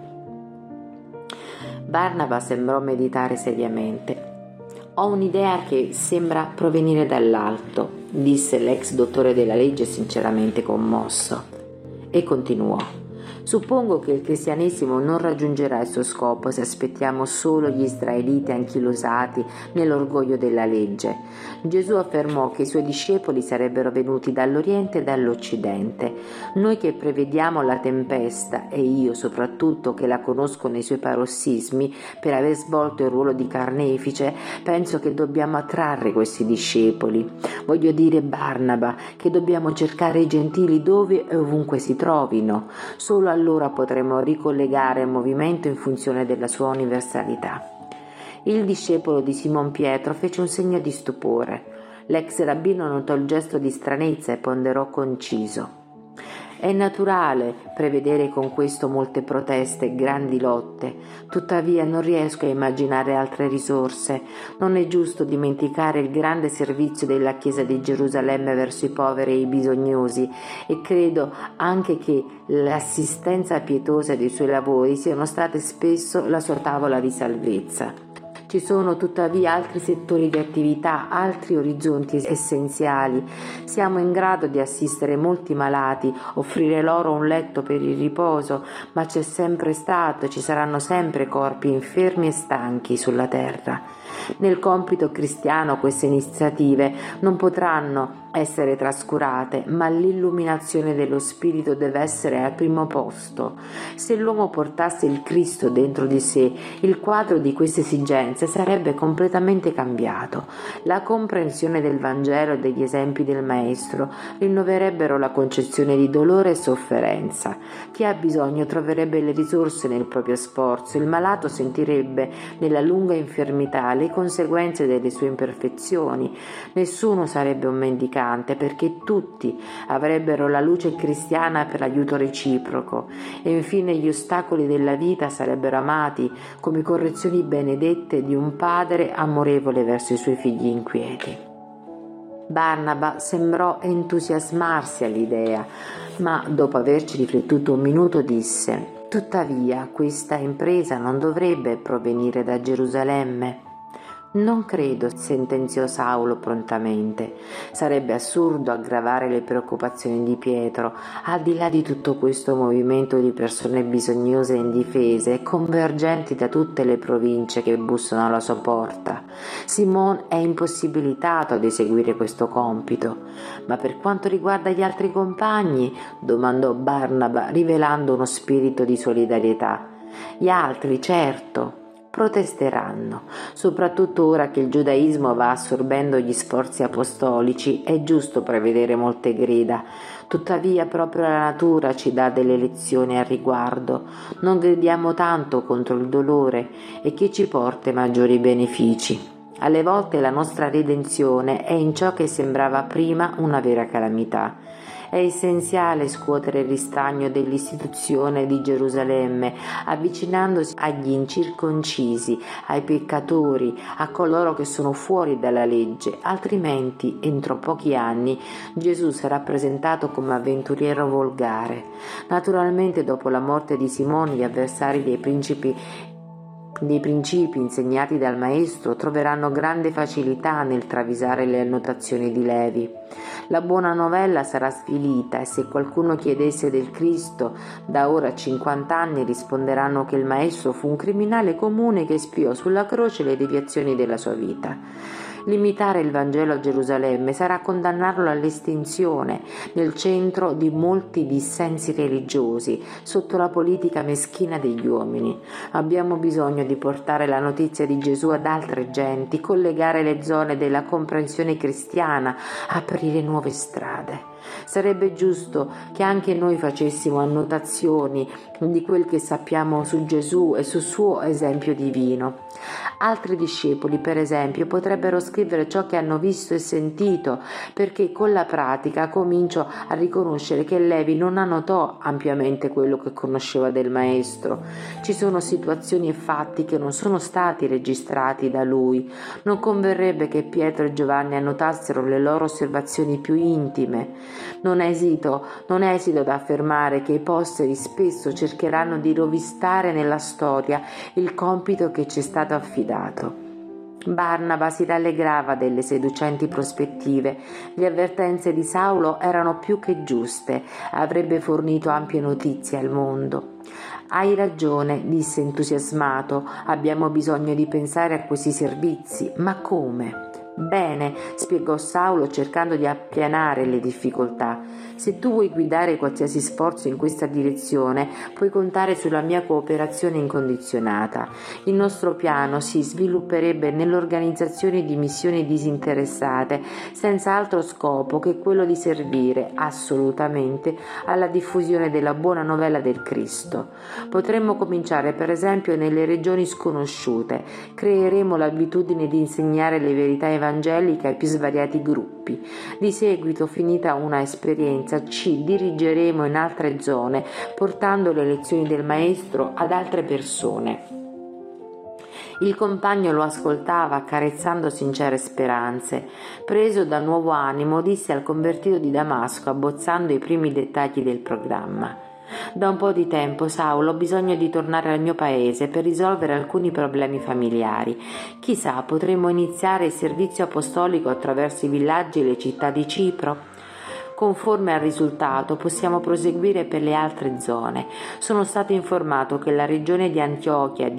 Barnaba sembrò meditare seriamente. Ho un'idea che sembra provenire dall'alto, disse l'ex dottore della legge sinceramente commosso, e continuò. Suppongo che il cristianesimo non raggiungerà il suo scopo se aspettiamo solo gli israeliti anchilosati nell'orgoglio della legge. Gesù affermò che i suoi discepoli sarebbero venuti dall'Oriente e dall'Occidente. Noi che prevediamo la tempesta, e io soprattutto che la conosco nei suoi parossismi per aver svolto il ruolo di carnefice, penso che dobbiamo attrarre questi discepoli. Voglio dire, Barnaba, che dobbiamo cercare i gentili dove e ovunque si trovino. Solo allora potremo ricollegare il movimento in funzione della sua universalità. Il discepolo di Simon Pietro fece un segno di stupore. L'ex rabbino notò il gesto di stranezza e ponderò conciso. È naturale prevedere con questo molte proteste e grandi lotte, tuttavia non riesco a immaginare altre risorse. Non è giusto dimenticare il grande servizio della Chiesa di Gerusalemme verso i poveri e i bisognosi e credo anche che l'assistenza pietosa dei suoi lavori siano state spesso la sua tavola di salvezza. Ci sono tuttavia altri settori di attività, altri orizzonti essenziali. Siamo in grado di assistere molti malati, offrire loro un letto per il riposo, ma c'è sempre stato e ci saranno sempre corpi infermi e stanchi sulla terra. Nel compito cristiano queste iniziative non potranno essere trascurate, ma l'illuminazione dello spirito deve essere al primo posto. Se l'uomo portasse il Cristo dentro di sé, il quadro di queste esigenze sarebbe completamente cambiato. La comprensione del Vangelo e degli esempi del Maestro rinnoverebbero la concezione di dolore e sofferenza. Chi ha bisogno troverebbe le risorse nel proprio sforzo, il malato sentirebbe nella lunga infermità le conseguenze delle sue imperfezioni. Nessuno sarebbe un mendicante, perché tutti avrebbero la luce cristiana per l'aiuto reciproco, e infine gli ostacoli della vita sarebbero amati come correzioni benedette di un padre amorevole verso i suoi figli inquieti. Barnaba sembrò entusiasmarsi all'idea, ma dopo averci riflettuto un minuto disse: «Tuttavia questa impresa non dovrebbe provenire da Gerusalemme». «Non credo», sentenziò Saulo prontamente. Sarebbe assurdo aggravare le preoccupazioni di Pietro. Al di là di tutto questo movimento di persone bisognose e indifese, convergenti da tutte le province che bussano alla sua porta, Simone è impossibilitato ad eseguire questo compito. «Ma per quanto riguarda gli altri compagni?» domandò Barnaba, rivelando uno spirito di solidarietà. «Gli altri, certo, protesteranno, soprattutto ora che il giudaismo va assorbendo gli sforzi apostolici. È giusto prevedere molte grida. Tuttavia proprio la natura ci dà delle lezioni al riguardo. Non gridiamo tanto contro il dolore e che ci porta maggiori benefici. Alle volte la nostra redenzione è in ciò che sembrava prima una vera calamità. È essenziale scuotere il ristagno dell'istituzione di Gerusalemme, avvicinandosi agli incirconcisi, ai peccatori, a coloro che sono fuori dalla legge, altrimenti entro pochi anni Gesù sarà presentato come avventuriero volgare. Naturalmente dopo la morte di Simone gli avversari dei principi insegnati dal Maestro troveranno grande facilità nel travisare le annotazioni di Levi. La buona novella sarà svilita, e se qualcuno chiedesse del Cristo da ora a 50 anni risponderanno che il Maestro fu un criminale comune che espiò sulla croce le deviazioni della sua vita. Limitare il Vangelo a Gerusalemme sarà condannarlo all'estinzione nel centro di molti dissensi religiosi, sotto la politica meschina degli uomini. Abbiamo bisogno di portare la notizia di Gesù ad altre genti, collegare le zone della comprensione cristiana, aprire nuove strade. Sarebbe giusto che anche noi facessimo annotazioni di quel che sappiamo su Gesù e sul suo esempio divino. Altri discepoli, per esempio, potrebbero scrivere ciò che hanno visto e sentito, perché con la pratica comincio a riconoscere che Levi non annotò ampiamente quello che conosceva del Maestro. Ci sono situazioni e fatti che non sono stati registrati da lui. Non converrebbe che Pietro e Giovanni annotassero le loro osservazioni più intime. Non esito ad affermare che i posteri spesso cercheranno di rovistare nella storia il compito che ci è stato affidato. Barnaba si rallegrava delle seducenti prospettive. Le avvertenze di Saulo erano più che giuste, avrebbe fornito ampie notizie al mondo. «Hai ragione», disse entusiasmato, «abbiamo bisogno di pensare a questi servizi, ma come?» «Bene», spiegò Saulo cercando di appianare le difficoltà, «se tu vuoi guidare qualsiasi sforzo in questa direzione, puoi contare sulla mia cooperazione incondizionata. Il nostro piano si svilupperebbe nell'organizzazione di missioni disinteressate, senza altro scopo che quello di servire assolutamente alla diffusione della buona novella del Cristo. Potremmo cominciare per esempio nelle regioni sconosciute. Creeremo l'abitudine di insegnare le verità evangeliche ai più svariati gruppi. Di seguito, finita una esperienza, ci dirigeremo in altre zone, portando le lezioni del Maestro ad altre persone». Il compagno lo ascoltava, accarezzando sincere speranze. Preso da nuovo animo, disse al convertito di Damasco, abbozzando i primi dettagli del programma: «Da un po' di tempo, Saulo, ho bisogno di tornare al mio paese per risolvere alcuni problemi familiari. Chissà, potremmo iniziare il servizio apostolico attraverso i villaggi e le città di Cipro. Conforme al risultato, possiamo proseguire per le altre zone. Sono stato informato che la regione di Antiochia, di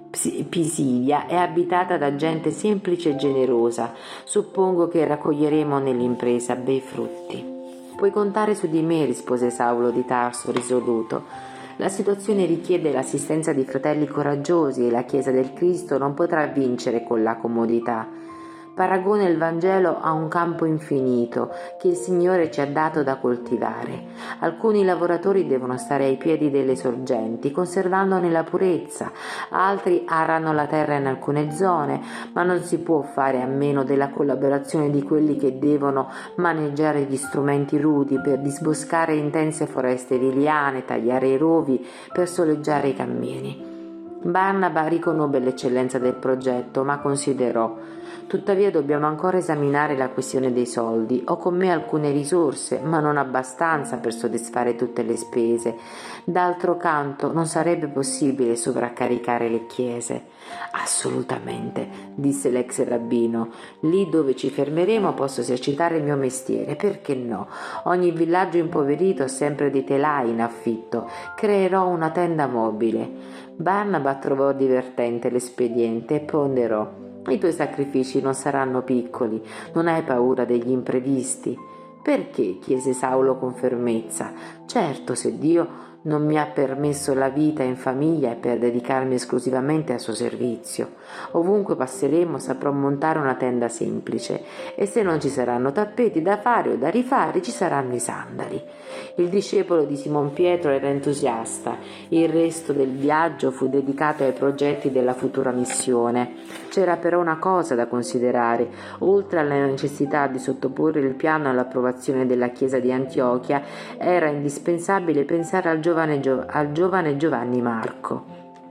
Pisidia è abitata da gente semplice e generosa. Suppongo che raccoglieremo nell'impresa bei frutti. Puoi contare su di me, rispose Saulo di Tarso risoluto. La situazione richiede l'assistenza di fratelli coraggiosi e la Chiesa del Cristo non potrà vincere con la comodità. Paragona il Vangelo a un campo infinito che il Signore ci ha dato da coltivare. Alcuni lavoratori devono stare ai piedi delle sorgenti, conservandone la purezza, altri arano la terra in alcune zone, ma non si può fare a meno della collaborazione di quelli che devono maneggiare gli strumenti rudi per disboscare intense foreste di liane, tagliare i rovi per soleggiare i cammini. Barnaba riconobbe l'eccellenza del progetto, ma considerò: tuttavia dobbiamo ancora esaminare la questione dei soldi. Ho con me alcune risorse, ma non abbastanza per soddisfare tutte le spese. D'altro canto, non sarebbe possibile sovraccaricare le chiese. Assolutamente, disse l'ex rabbino. Lì dove ci fermeremo posso esercitare il mio mestiere. Perché no? Ogni villaggio impoverito ha sempre dei telai in affitto. Creerò una tenda mobile. Barnaba trovò divertente l'espediente e ponderò: i tuoi sacrifici non saranno piccoli, non hai paura degli imprevisti? Perché? Chiese Saulo con fermezza. Certo, se Dio non mi ha permesso la vita in famiglia è per dedicarmi esclusivamente al suo servizio. Ovunque passeremo saprò montare una tenda semplice, e se non ci saranno tappeti da fare o da rifare, ci saranno i sandali. Il discepolo di Simon Pietro era entusiasta. Il resto del viaggio fu dedicato ai progetti della futura missione. C'era però una cosa da considerare. Oltre alla necessità di sottoporre il piano all'approvazione della Chiesa di Antiochia, era indispensabile pensare al giovane Giovanni Marco.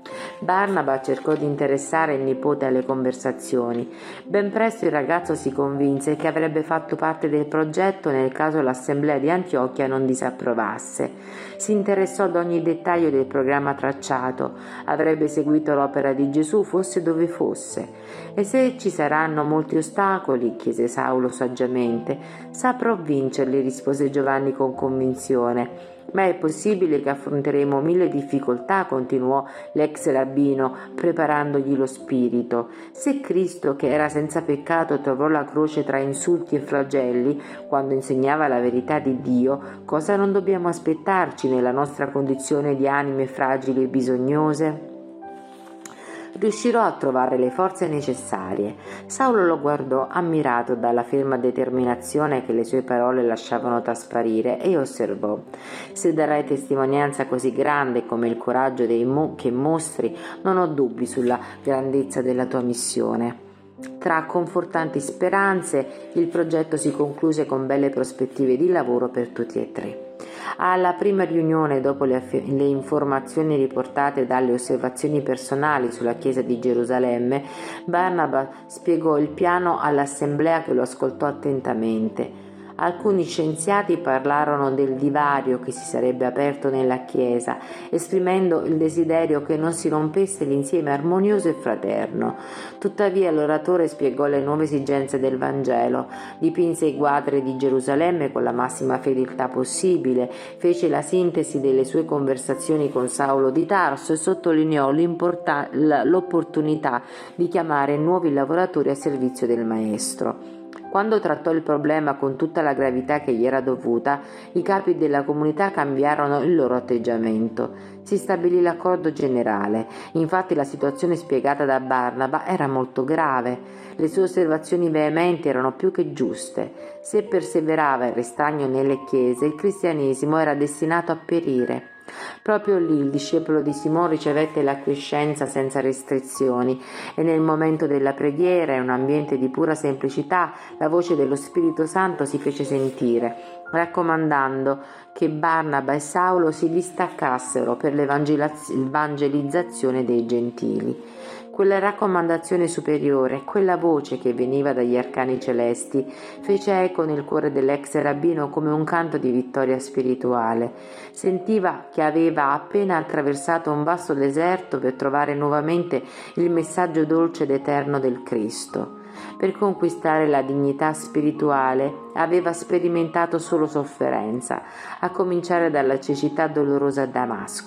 Barnaba cercò di interessare il nipote alle conversazioni. Ben presto il ragazzo si convinse che avrebbe fatto parte del progetto nel caso l'assemblea di Antiochia non disapprovasse. Si interessò ad ogni dettaglio del programma tracciato. Avrebbe seguito l'opera di Gesù fosse dove fosse. E se ci saranno molti ostacoli, chiese Saulo saggiamente. Saprò vincerli, rispose Giovanni con convinzione. Ma è possibile che affronteremo 1000 difficoltà, continuò l'ex rabbino, preparandogli lo spirito. Se Cristo, che era senza peccato, trovò la croce tra insulti e flagelli quando insegnava la verità di Dio, cosa non dobbiamo aspettarci nella nostra condizione di anime fragili e bisognose? Riuscirò a trovare le forze necessarie. Saulo lo guardò, ammirato dalla ferma determinazione che le sue parole lasciavano trasparire, e osservò: se darai testimonianza così grande come il coraggio che mostri, non ho dubbi sulla grandezza della tua missione. Tra confortanti speranze, il progetto si concluse con belle prospettive di lavoro per tutti e tre. Alla prima riunione, dopo le informazioni riportate dalle osservazioni personali sulla chiesa di Gerusalemme, Barnaba spiegò il piano all'assemblea che lo ascoltò attentamente. Alcuni scienziati parlarono del divario che si sarebbe aperto nella Chiesa, esprimendo il desiderio che non si rompesse l'insieme armonioso e fraterno. Tuttavia l'oratore spiegò le nuove esigenze del Vangelo, dipinse i quadri di Gerusalemme con la massima fedeltà possibile, fece la sintesi delle sue conversazioni con Saulo di Tarso e sottolineò l'opportunità di chiamare nuovi lavoratori a servizio del Maestro. Quando trattò il problema con tutta la gravità che gli era dovuta, i capi della comunità cambiarono il loro atteggiamento. Si stabilì l'accordo generale. Infatti la situazione spiegata da Barnaba era molto grave. Le sue osservazioni veementi erano più che giuste. Se perseverava il restagno nelle chiese, il cristianesimo era destinato a perire. Proprio lì il discepolo di Simone ricevette l'acquiescenza senza restrizioni, e nel momento della preghiera, in un ambiente di pura semplicità, la voce dello Spirito Santo si fece sentire, raccomandando che Barnaba e Saulo si distaccassero per l'evangelizzazione dei gentili. Quella raccomandazione superiore, quella voce che veniva dagli arcani celesti, fece eco nel cuore dell'ex rabbino come un canto di vittoria spirituale. Sentiva che aveva appena attraversato un vasto deserto per trovare nuovamente il messaggio dolce ed eterno del Cristo. Per conquistare la dignità spirituale aveva sperimentato solo sofferenza, a cominciare dalla cecità dolorosa a Damasco.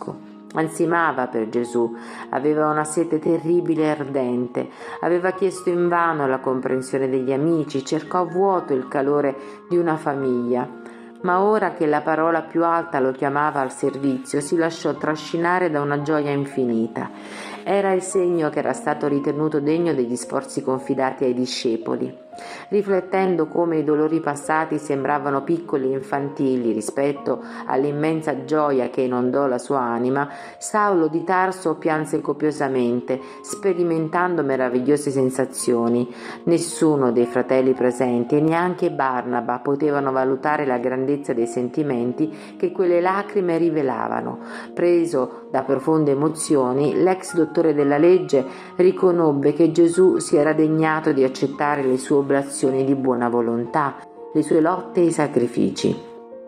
Ansimava per Gesù, aveva una sete terribile e ardente, aveva chiesto invano la comprensione degli amici, cercò vuoto il calore di una famiglia, ma ora che la parola più alta lo chiamava al servizio, si lasciò trascinare da una gioia infinita. Era il segno che era stato ritenuto degno degli sforzi confidati ai discepoli. Riflettendo come i dolori passati sembravano piccoli e infantili rispetto all'immensa gioia che inondò la sua anima, Saulo di Tarso pianse copiosamente, sperimentando meravigliose sensazioni. Nessuno dei fratelli presenti e neanche Barnaba potevano valutare la grandezza dei sentimenti che quelle lacrime rivelavano. Preso da profonde emozioni, l'ex dottore della legge riconobbe che Gesù si era degnato di accettare le sue oblazioni di buona volontà, le sue lotte e i sacrifici.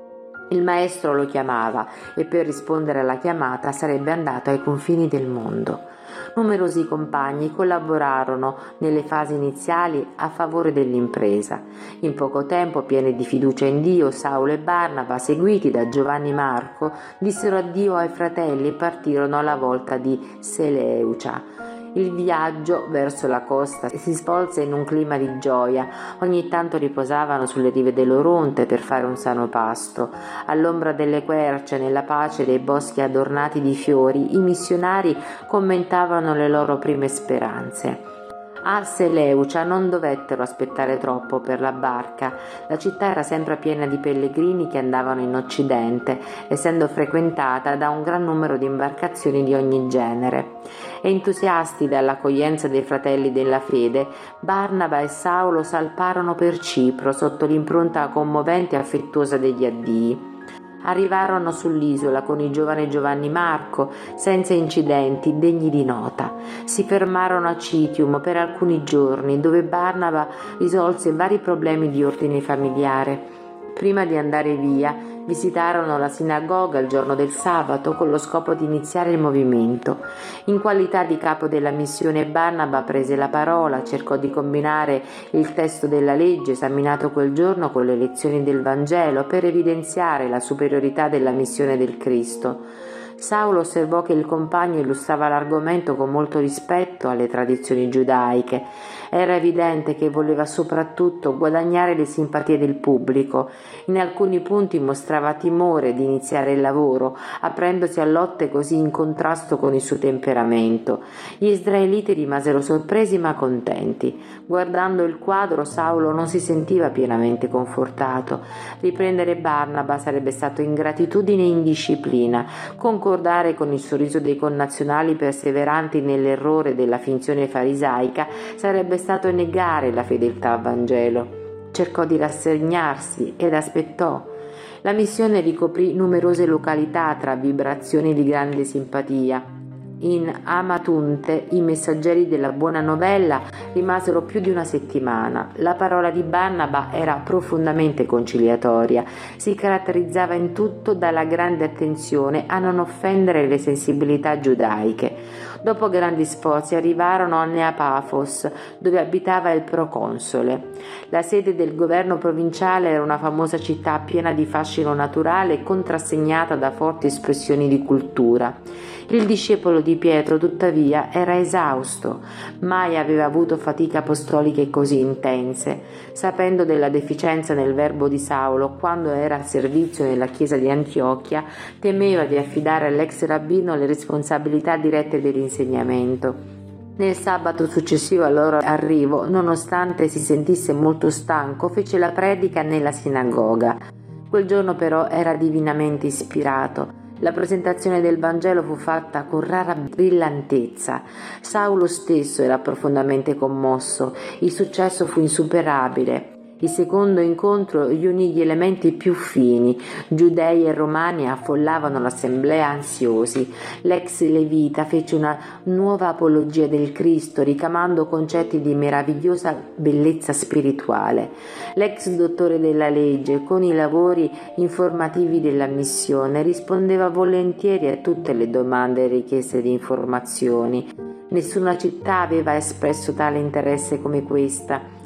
Il maestro lo chiamava e per rispondere alla chiamata sarebbe andato ai confini del mondo. Numerosi compagni collaborarono nelle fasi iniziali a favore dell'impresa. In poco tempo, pieni di fiducia in Dio, Saulo e Barnaba, seguiti da Giovanni Marco, dissero addio ai fratelli e partirono alla volta di Seleucia. Il viaggio verso la costa si svolse in un clima di gioia. Ogni tanto riposavano sulle rive dell'Oronte per fare un sano pasto. All'ombra delle querce, nella pace dei boschi adornati di fiori, i missionari commentavano le loro prime speranze. A Seleucia non dovettero aspettare troppo per la barca. La città era sempre piena di pellegrini che andavano in Occidente, essendo frequentata da un gran numero di imbarcazioni di ogni genere. Entusiasti dall'accoglienza dei fratelli della fede, Barnaba e Saulo salparono per Cipro sotto l'impronta commovente e affettuosa degli addii. Arrivarono sull'isola con il giovane Giovanni Marco senza incidenti degni di nota. Si fermarono a Citium per alcuni giorni, dove Barnaba risolse vari problemi di ordine familiare. Prima di andare via, visitarono la sinagoga il giorno del sabato con lo scopo di iniziare il movimento. In qualità di capo della missione, Barnaba prese la parola, cercò di combinare il testo della legge esaminato quel giorno con le lezioni del Vangelo per evidenziare la superiorità della missione del Cristo. Saulo osservò che il compagno illustrava l'argomento con molto rispetto alle tradizioni giudaiche. Era evidente che voleva soprattutto guadagnare le simpatie del pubblico. In alcuni punti mostrava timore di iniziare il lavoro, aprendosi a lotte così in contrasto con il suo temperamento. Gli israeliti rimasero sorpresi ma contenti. Guardando il quadro, Saulo non si sentiva pienamente confortato. Riprendere Barnaba sarebbe stato ingratitudine e indisciplina. Concordare con il sorriso dei connazionali perseveranti nell'errore della finzione farisaica sarebbe stato negare la fedeltà al Vangelo. Cercò di rassegnarsi ed aspettò. La missione ricoprì numerose località tra vibrazioni di grande simpatia. In Amatunte i messaggeri della buona novella rimasero più di una settimana. La parola di Barnaba era profondamente conciliatoria, si caratterizzava in tutto dalla grande attenzione a non offendere le sensibilità giudaiche. Dopo grandi sforzi arrivarono a Neapafos, dove abitava il proconsole. La sede del governo provinciale era una famosa città piena di fascino naturale e contrassegnata da forti espressioni di cultura. Il discepolo di Pietro, tuttavia, era esausto. Mai aveva avuto fatiche apostoliche così intense. Sapendo della deficienza nel verbo di Saulo, quando era a servizio nella chiesa di Antiochia, temeva di affidare all'ex rabbino le responsabilità dirette dell'insegnamento. Nel sabato successivo al loro arrivo, nonostante si sentisse molto stanco, fece la predica nella sinagoga. Quel giorno però era divinamente ispirato. La presentazione del Vangelo fu fatta con rara brillantezza. Saulo stesso era profondamente commosso. Il successo fu insuperabile. Il secondo incontro riunì gli elementi più fini. Giudei e romani affollavano l'assemblea ansiosi. L'ex levita fece una nuova apologia del Cristo, ricamando concetti di meravigliosa bellezza spirituale. L'ex dottore della legge, con i lavori informativi della missione, rispondeva volentieri a tutte le domande e richieste di informazioni. Nessuna città aveva espresso tale interesse come questa.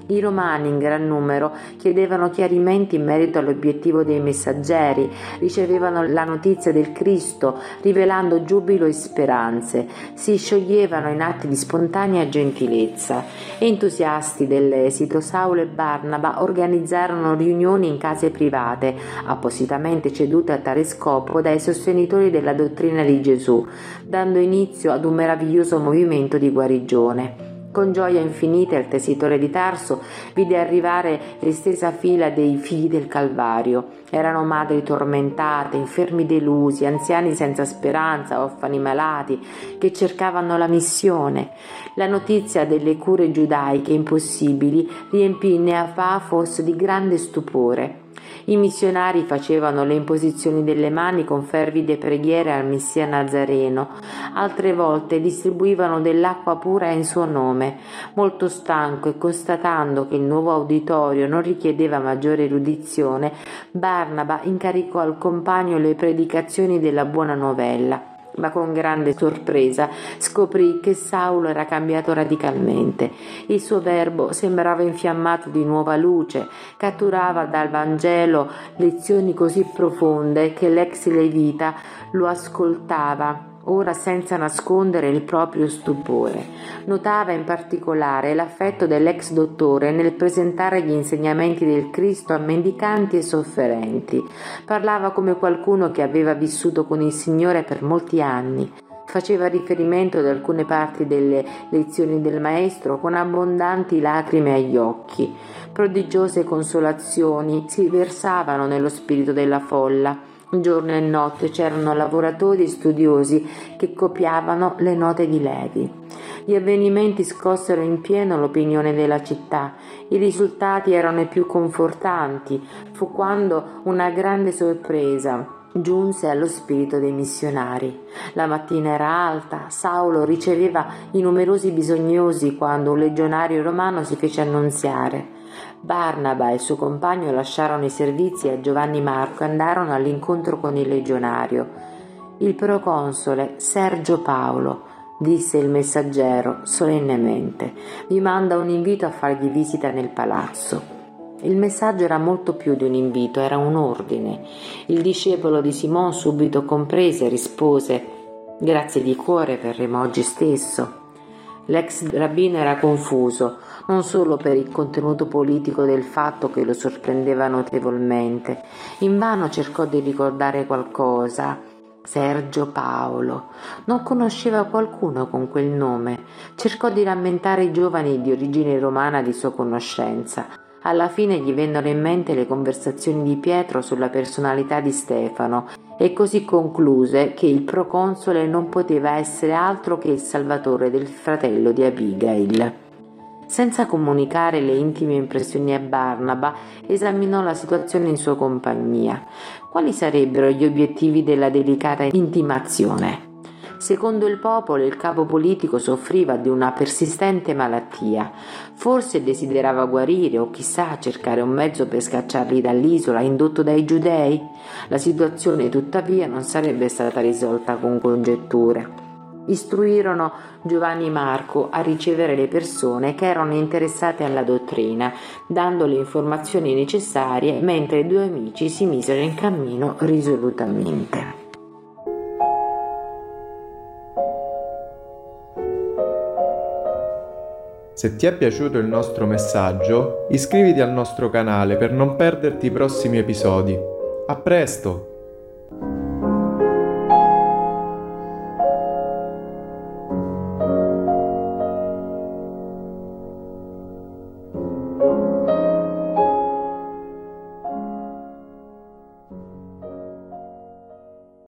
I romani in gran numero chiedevano chiarimenti in merito all'obiettivo dei messaggeri, ricevevano la notizia del Cristo, rivelando giubilo e speranze, si scioglievano in atti di spontanea gentilezza. Entusiasti dell'esito, Saulo e Barnaba organizzarono riunioni in case private, appositamente cedute a tale scopo dai sostenitori della dottrina di Gesù, dando inizio ad un meraviglioso movimento di guarigione. Con gioia infinita il tessitore di Tarso vide arrivare l'estesa fila dei figli del Calvario. Erano madri tormentate, infermi delusi, anziani senza speranza, orfani malati, che cercavano la missione. La notizia delle cure giudaiche impossibili riempì Neapafos di grande stupore. I missionari facevano le imposizioni delle mani con fervide preghiere al Messia Nazareno, altre volte distribuivano dell'acqua pura in suo nome. Molto stanco e constatando che il nuovo uditorio non richiedeva maggiore erudizione, Barnaba incaricò al compagno le predicazioni della buona novella. Ma con grande sorpresa scoprì che Saulo era cambiato radicalmente. Il suo verbo sembrava infiammato di nuova luce, catturava dal Vangelo lezioni così profonde che l'ex levita lo ascoltava ora senza nascondere il proprio stupore. Notava in particolare l'affetto dell'ex dottore nel presentare gli insegnamenti del Cristo a mendicanti e sofferenti. Parlava come qualcuno che aveva vissuto con il Signore per molti anni. Faceva riferimento ad alcune parti delle lezioni del Maestro con abbondanti lacrime agli occhi. Prodigiose consolazioni si versavano nello spirito della folla. Giorno e notte c'erano lavoratori e studiosi che copiavano le note di Levi. Gli avvenimenti scossero in pieno l'opinione della città. I risultati erano i più confortanti. Fu quando una grande sorpresa giunse allo spirito dei missionari. La mattina era alta, Saulo riceveva i numerosi bisognosi quando un legionario romano si fece annunziare. Barnaba e il suo compagno lasciarono i servizi a Giovanni Marco e andarono all'incontro con il legionario. Il proconsole Sergio Paulo, disse il messaggero solennemente, vi manda un invito a fargli visita nel palazzo. Il messaggio era molto più di un invito, era un ordine. Il discepolo di Simon subito comprese e rispose: grazie di cuore, verremo oggi stesso. L'ex rabbino era confuso, non solo per il contenuto politico del fatto che lo sorprendeva notevolmente. Invano cercò di ricordare qualcosa. Sergio Paolo. Non conosceva qualcuno con quel nome. Cercò di rammentare i giovani di origine romana di sua conoscenza. Alla fine gli vennero in mente le conversazioni di Pietro sulla personalità di Stefano e così concluse che il proconsole non poteva essere altro che il salvatore del fratello di Abigail. Senza comunicare le intime impressioni a Barnaba, esaminò la situazione in sua compagnia. Quali sarebbero gli obiettivi della delicata intimazione? Secondo il popolo, il capo politico soffriva di una persistente malattia. Forse desiderava guarire o chissà cercare un mezzo per scacciarli dall'isola indotto dai giudei? La situazione tuttavia non sarebbe stata risolta con congetture. Istruirono Giovanni Marco a ricevere le persone che erano interessate alla dottrina, dando le informazioni necessarie mentre i due amici si misero in cammino risolutamente. Se ti è piaciuto il nostro messaggio, iscriviti al nostro canale per non perderti i prossimi episodi. A presto!